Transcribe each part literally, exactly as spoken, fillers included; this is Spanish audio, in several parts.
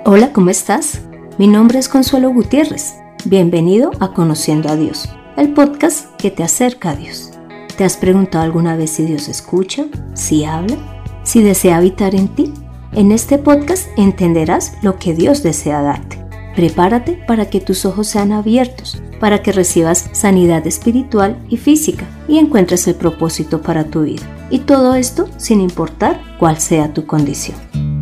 Hola, ¿cómo estás? Mi nombre es Consuelo Gutiérrez. Bienvenido a Conociendo a Dios, el podcast que te acerca a Dios. ¿Te has preguntado alguna vez si Dios escucha, si habla, si desea habitar en ti? En este podcast entenderás lo que Dios desea darte. Prepárate para que tus ojos sean abiertos, para que recibas sanidad espiritual y física y encuentres el propósito para tu vida. Y todo esto sin importar cuál sea tu condición.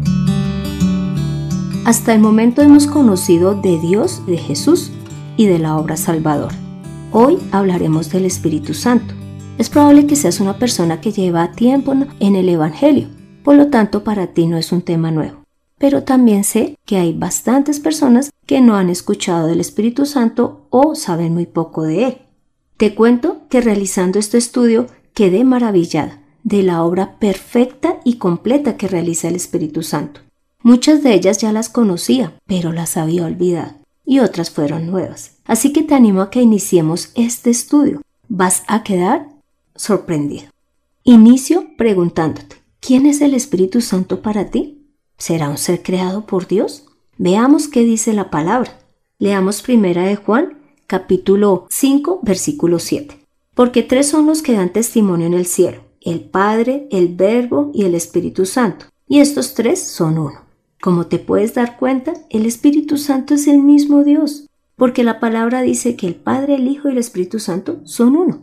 Hasta el momento hemos conocido de Dios, de Jesús y de la obra salvadora. Hoy hablaremos del Espíritu Santo. Es probable que seas una persona que lleva tiempo en el Evangelio, por lo tanto para ti no es un tema nuevo. Pero también sé que hay bastantes personas que no han escuchado del Espíritu Santo o saben muy poco de él. Te cuento que realizando este estudio quedé maravillada de la obra perfecta y completa que realiza el Espíritu Santo. Muchas de ellas ya las conocía, pero las había olvidado, y otras fueron nuevas. Así que te animo a que iniciemos este estudio. Vas a quedar sorprendido. Inicio preguntándote, ¿quién es el Espíritu Santo para ti? ¿Será un ser creado por Dios? Veamos qué dice la palabra. Leamos primera de Juan, capítulo cinco, versículo siete. Porque tres son los que dan testimonio en el cielo, el Padre, el Verbo y el Espíritu Santo, y estos tres son uno. Como te puedes dar cuenta, el Espíritu Santo es el mismo Dios, porque la palabra dice que el Padre, el Hijo y el Espíritu Santo son uno.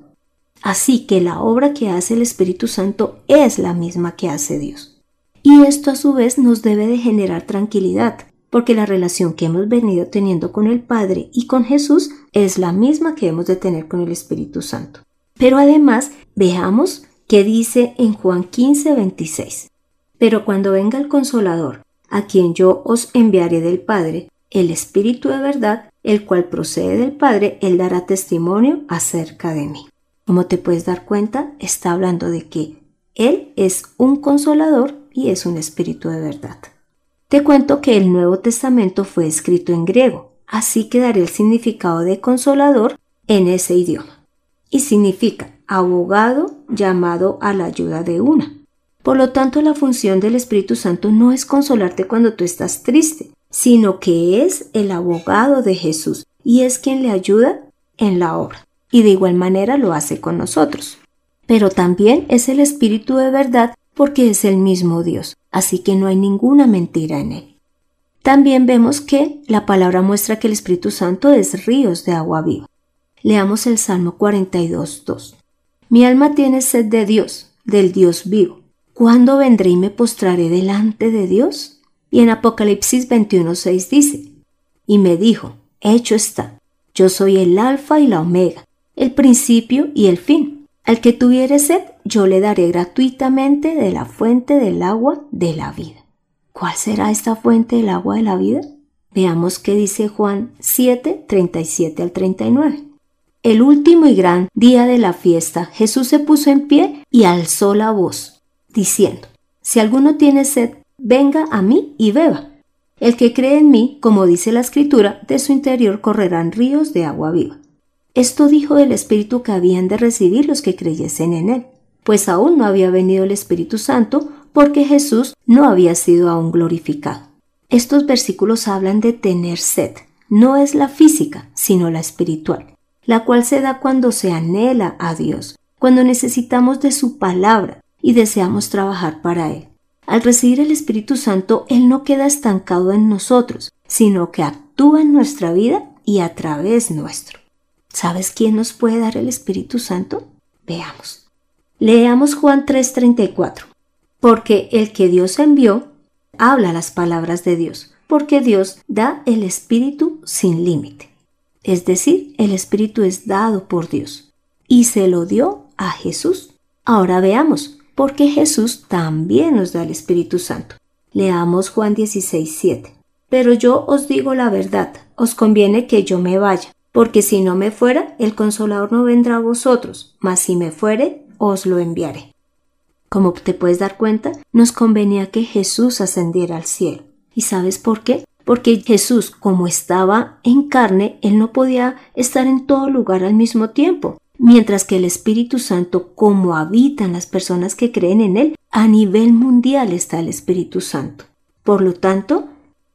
Así que la obra que hace el Espíritu Santo es la misma que hace Dios. Y esto a su vez nos debe de generar tranquilidad, porque la relación que hemos venido teniendo con el Padre y con Jesús es la misma que hemos de tener con el Espíritu Santo. Pero además, veamos qué dice en Juan quince, veintiséis. Pero cuando venga el Consolador, a quien yo os enviaré del Padre, el Espíritu de verdad, el cual procede del Padre, él dará testimonio acerca de mí. Como te puedes dar cuenta, está hablando de que él es un consolador y es un espíritu de verdad. Te cuento que el Nuevo Testamento fue escrito en griego, así que daré el significado de consolador en ese idioma. Y significa abogado llamado a la ayuda de una. Por lo tanto, la función del Espíritu Santo no es consolarte cuando tú estás triste, sino que es el abogado de Jesús y es quien le ayuda en la obra. Y de igual manera lo hace con nosotros. Pero también es el Espíritu de verdad porque es el mismo Dios, así que no hay ninguna mentira en él. También vemos que la palabra muestra que el Espíritu Santo es ríos de agua viva. Leamos el Salmo cuarenta y dos, dos. Mi alma tiene sed de Dios, del Dios vivo. ¿Cuándo vendré y me postraré delante de Dios? Y en Apocalipsis veintiuno, seis dice, y me dijo, hecho está, yo soy el alfa y la omega, el principio y el fin. Al que tuviere sed, yo le daré gratuitamente de la fuente del agua de la vida. ¿Cuál será esta fuente del agua de la vida? Veamos qué dice Juan siete, treinta y siete al treinta y nueve. El último y gran día de la fiesta, Jesús se puso en pie y alzó la voz, diciendo, si alguno tiene sed, venga a mí y beba. El que cree en mí, como dice la Escritura, de su interior correrán ríos de agua viva. Esto dijo del Espíritu que habían de recibir los que creyesen en él, pues aún no había venido el Espíritu Santo porque Jesús no había sido aún glorificado. Estos versículos hablan de tener sed. No es la física, sino la espiritual, la cual se da cuando se anhela a Dios, cuando necesitamos de su palabra y deseamos trabajar para él. Al recibir el Espíritu Santo, él no queda estancado en nosotros, sino que actúa en nuestra vida y a través nuestro. ¿Sabes quién nos puede dar el Espíritu Santo? Veamos. Leamos Juan tres, treinta y cuatro. Porque el que Dios envió, habla las palabras de Dios, porque Dios da el Espíritu sin límite. Es decir, el Espíritu es dado por Dios y se lo dio a Jesús. Ahora veamos, porque Jesús también nos da el Espíritu Santo. Leamos Juan dieciséis, siete. Pero yo os digo la verdad, os conviene que yo me vaya, porque si no me fuera, el Consolador no vendrá a vosotros, mas si me fuere, os lo enviaré. Como te puedes dar cuenta, nos convenía que Jesús ascendiera al cielo. ¿Y sabes por qué? Porque Jesús, como estaba en carne, él no podía estar en todo lugar al mismo tiempo. Mientras que el Espíritu Santo, como habitan las personas que creen en él, a nivel mundial está el Espíritu Santo. Por lo tanto,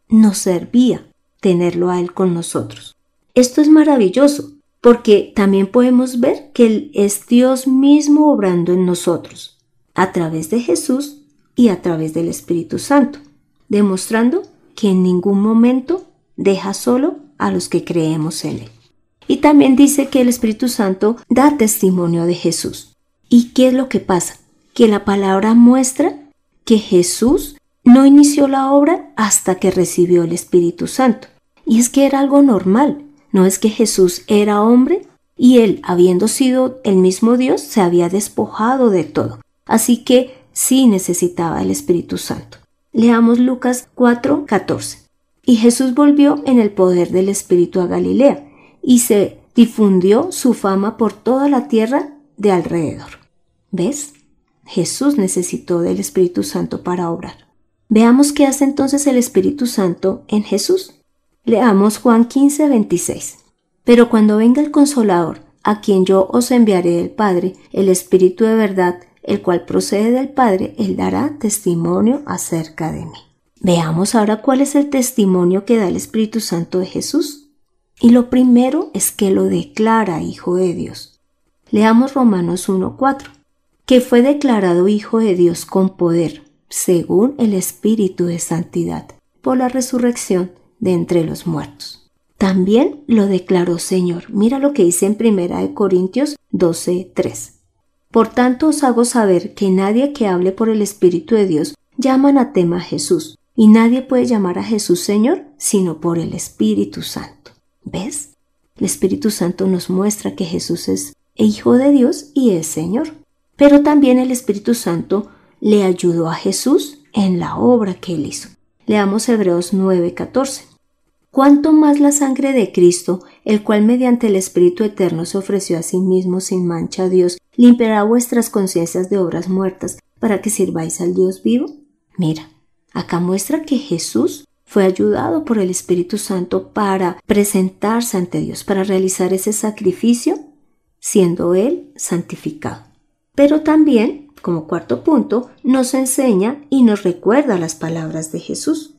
nos servía tenerlo a Él con nosotros. Esto es maravilloso, porque también podemos ver que Él es Dios mismo obrando en nosotros, a través de Jesús y a través del Espíritu Santo, demostrando que en ningún momento deja solo a los que creemos en Él. Y también dice que el Espíritu Santo da testimonio de Jesús. ¿Y qué es lo que pasa? Que la palabra muestra que Jesús no inició la obra hasta que recibió el Espíritu Santo. Y es que era algo normal. No es que Jesús era hombre y Él, habiendo sido el mismo Dios, se había despojado de todo. Así que sí necesitaba el Espíritu Santo. Leamos Lucas cuatro catorce. Y Jesús volvió en el poder del Espíritu a Galilea, y se difundió su fama por toda la tierra de alrededor. ¿Ves? Jesús necesitó del Espíritu Santo para obrar. Veamos qué hace entonces el Espíritu Santo en Jesús. Leamos Juan quince veintiséis. Pero cuando venga el Consolador, a quien yo os enviaré del Padre, el Espíritu de verdad, el cual procede del Padre, Él dará testimonio acerca de mí. Veamos ahora cuál es el testimonio que da el Espíritu Santo de Jesús. Y lo primero es que lo declara Hijo de Dios. Leamos Romanos uno cuatro, que fue declarado Hijo de Dios con poder, según el Espíritu de Santidad, por la resurrección de entre los muertos. También lo declaró Señor. Mira lo que dice en primera de Corintios doce tres. Por tanto os hago saber que nadie que hable por el Espíritu de Dios llama anatema a Jesús, y nadie puede llamar a Jesús Señor sino por el Espíritu Santo. ¿Ves? El Espíritu Santo nos muestra que Jesús es Hijo de Dios y es Señor. Pero también el Espíritu Santo le ayudó a Jesús en la obra que Él hizo. Leamos Hebreos nueve catorce. ¿Cuánto más la sangre de Cristo, el cual mediante el Espíritu Eterno se ofreció a sí mismo sin mancha a Dios, limpiará vuestras conciencias de obras muertas para que sirváis al Dios vivo? Mira, acá muestra que Jesús fue ayudado por el Espíritu Santo para presentarse ante Dios, para realizar ese sacrificio, siendo Él santificado. Pero también, como cuarto punto, nos enseña y nos recuerda las palabras de Jesús.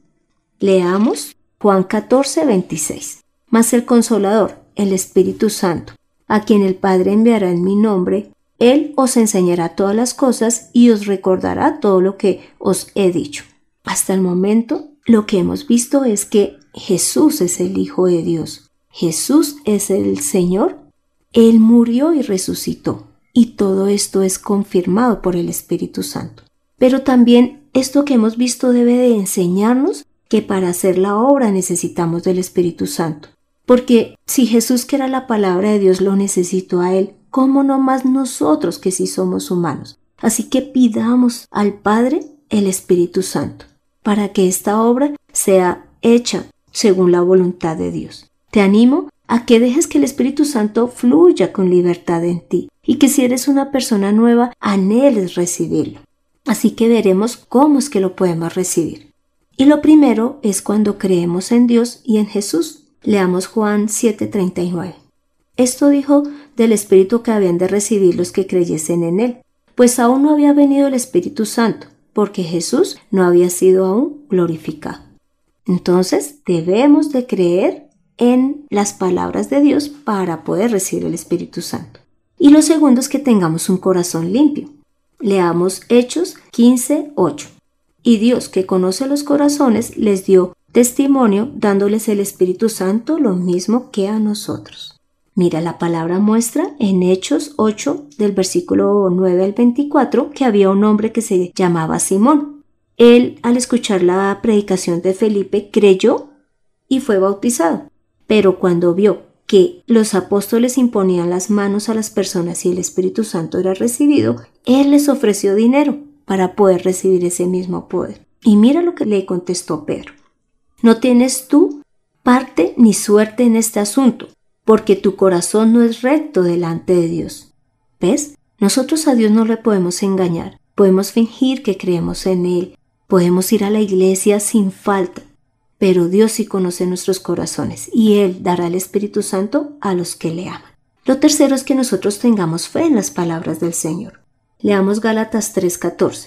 Leamos Juan catorce veintiséis. Mas el Consolador, el Espíritu Santo, a quien el Padre enviará en mi nombre, Él os enseñará todas las cosas y os recordará todo lo que os he dicho. Hasta el momento, lo que hemos visto es que Jesús es el Hijo de Dios. Jesús es el Señor. Él murió y resucitó. Y todo esto es confirmado por el Espíritu Santo. Pero también esto que hemos visto debe de enseñarnos que para hacer la obra necesitamos del Espíritu Santo. Porque si Jesús, que era la palabra de Dios, lo necesitó a Él, ¿cómo no más nosotros que sí somos humanos? Así que pidamos al Padre el Espíritu Santo, para que esta obra sea hecha según la voluntad de Dios. Te animo a que dejes que el Espíritu Santo fluya con libertad en ti y que si eres una persona nueva, anheles recibirlo. Así que veremos cómo es que lo podemos recibir. Y lo primero es cuando creemos en Dios y en Jesús. Leamos Juan siete treinta y nueve. Esto dijo del Espíritu que habían de recibir los que creyesen en Él, pues aún no había venido el Espíritu Santo, porque Jesús no había sido aún glorificado. Entonces debemos de creer en las palabras de Dios para poder recibir el Espíritu Santo. Y lo segundo es que tengamos un corazón limpio. Leamos Hechos quince ocho. Y Dios, que conoce los corazones, les dio testimonio dándoles el Espíritu Santo lo mismo que a nosotros. Mira, la palabra muestra en Hechos ocho, del versículo nueve al veinticuatro, que había un hombre que se llamaba Simón. Él, al escuchar la predicación de Felipe, creyó y fue bautizado. Pero cuando vio que los apóstoles imponían las manos a las personas y el Espíritu Santo era recibido, él les ofreció dinero para poder recibir ese mismo poder. Y mira lo que le contestó Pedro. No tienes tú parte ni suerte en este asunto, porque tu corazón no es recto delante de Dios. ¿Ves? Nosotros a Dios no le podemos engañar. Podemos fingir que creemos en Él. Podemos ir a la iglesia sin falta. Pero Dios sí conoce nuestros corazones y Él dará el Espíritu Santo a los que le aman. Lo tercero es que nosotros tengamos fe en las palabras del Señor. Leamos Gálatas tres catorce.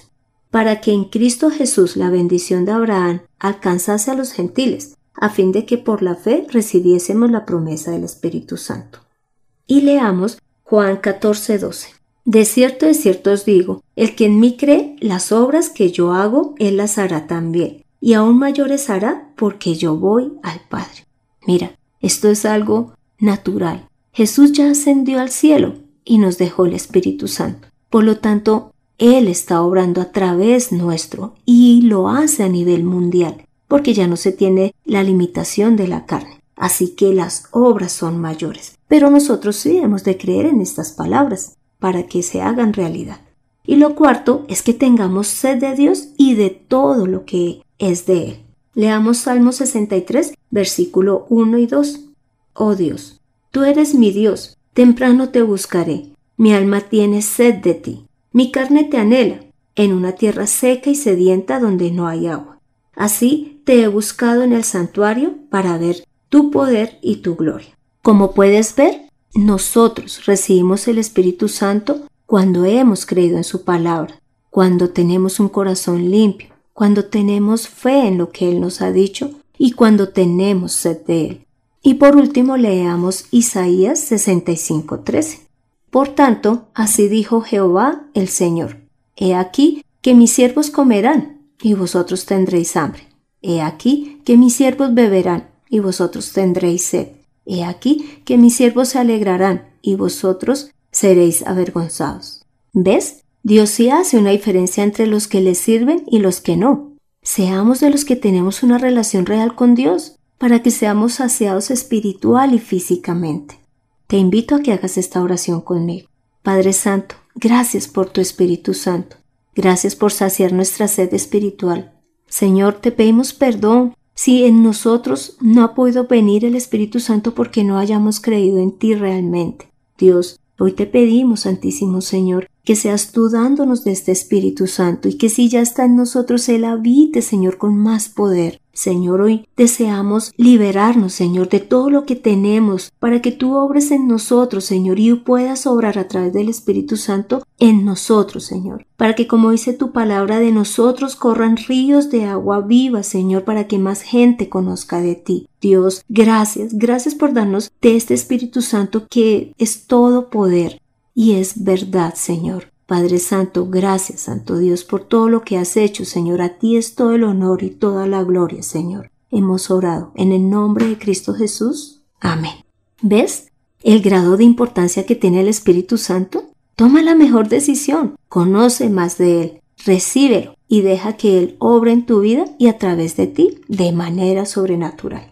para que en Cristo Jesús la bendición de Abraham alcanzase a los gentiles, a fin de que por la fe recibiésemos la promesa del Espíritu Santo. Y leamos Juan catorce doce. De cierto, de cierto os digo, el que en mí cree, las obras que yo hago, él las hará también, y aún mayores hará, porque yo voy al Padre. Mira, esto es algo natural. Jesús ya ascendió al cielo y nos dejó el Espíritu Santo. Por lo tanto, Él está obrando a través nuestro y lo hace a nivel mundial, porque ya no se tiene la limitación de la carne. Así que las obras son mayores. Pero nosotros sí hemos de creer en estas palabras para que se hagan realidad. Y lo cuarto es que tengamos sed de Dios y de todo lo que es de Él. Leamos Salmo sesenta y tres, versículo uno y dos. Oh Dios, tú eres mi Dios, temprano te buscaré. Mi alma tiene sed de ti. Mi carne te anhela, en una tierra seca y sedienta donde no hay agua. Así te he buscado en el santuario para ver tu poder y tu gloria. Como puedes ver, nosotros recibimos el Espíritu Santo cuando hemos creído en su palabra, cuando tenemos un corazón limpio, cuando tenemos fe en lo que Él nos ha dicho y cuando tenemos sed de Él. Y por último leamos Isaías sesenta y cinco trece. Por tanto, así dijo Jehová el Señor: He aquí que mis siervos comerán, y vosotros tendréis hambre. He aquí que mis siervos beberán, y vosotros tendréis sed. He aquí que mis siervos se alegrarán, y vosotros seréis avergonzados. ¿Ves? Dios sí hace una diferencia entre los que le sirven y los que no. Seamos de los que tenemos una relación real con Dios, para que seamos saciados espiritual y físicamente. Te invito a que hagas esta oración conmigo. Padre Santo, gracias por tu Espíritu Santo. Gracias por saciar nuestra sed espiritual. Señor, te pedimos perdón si en nosotros no ha podido venir el Espíritu Santo porque no hayamos creído en ti realmente. Dios, hoy te pedimos, Santísimo Señor, que seas tú dándonos de este Espíritu Santo y que si ya está en nosotros, Él habite, Señor, con más poder. Señor, hoy deseamos liberarnos, Señor, de todo lo que tenemos para que tú obres en nosotros, Señor, y puedas obrar a través del Espíritu Santo en nosotros, Señor. Para que, como dice tu palabra, de nosotros corran ríos de agua viva, Señor, para que más gente conozca de ti. Dios, gracias, gracias por darnos de este Espíritu Santo que es todo poder y es verdad, Señor. Padre Santo, gracias, Santo Dios, por todo lo que has hecho, Señor. A ti es todo el honor y toda la gloria, Señor. Hemos orado en el nombre de Cristo Jesús. Amén. ¿Ves el grado de importancia que tiene el Espíritu Santo? Toma la mejor decisión. Conoce más de Él. Recíbelo y deja que Él obre en tu vida y a través de ti de manera sobrenatural.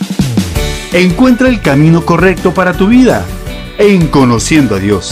Encuentra el camino correcto para tu vida en Conociendo a Dios.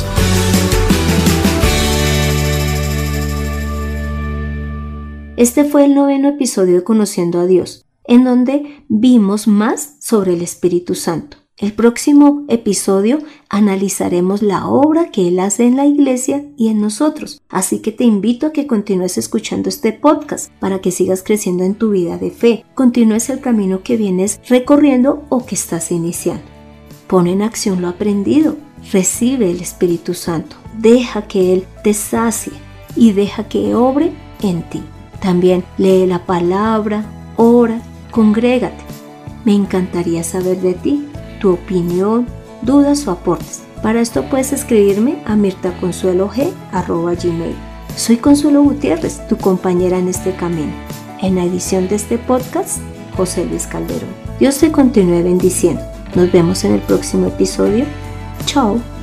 Este fue el noveno episodio de Conociendo a Dios, en donde vimos más sobre el Espíritu Santo. El próximo episodio analizaremos la obra que Él hace en la iglesia y en nosotros. Así que te invito a que continúes escuchando este podcast para que sigas creciendo en tu vida de fe. Continúes el camino que vienes recorriendo o que estás iniciando. Pon en acción lo aprendido. Recibe el Espíritu Santo. Deja que Él te sacie y deja que obre en ti. También lee la palabra, ora, congrégate. Me encantaría saber de ti, tu opinión, dudas o aportes. Para esto puedes escribirme a mirtaconsuelog arroba gmail. Soy Consuelo Gutiérrez, tu compañera en este camino. En la edición de este podcast, José Luis Calderón. Dios te continúe bendiciendo. Nos vemos en el próximo episodio. Chao.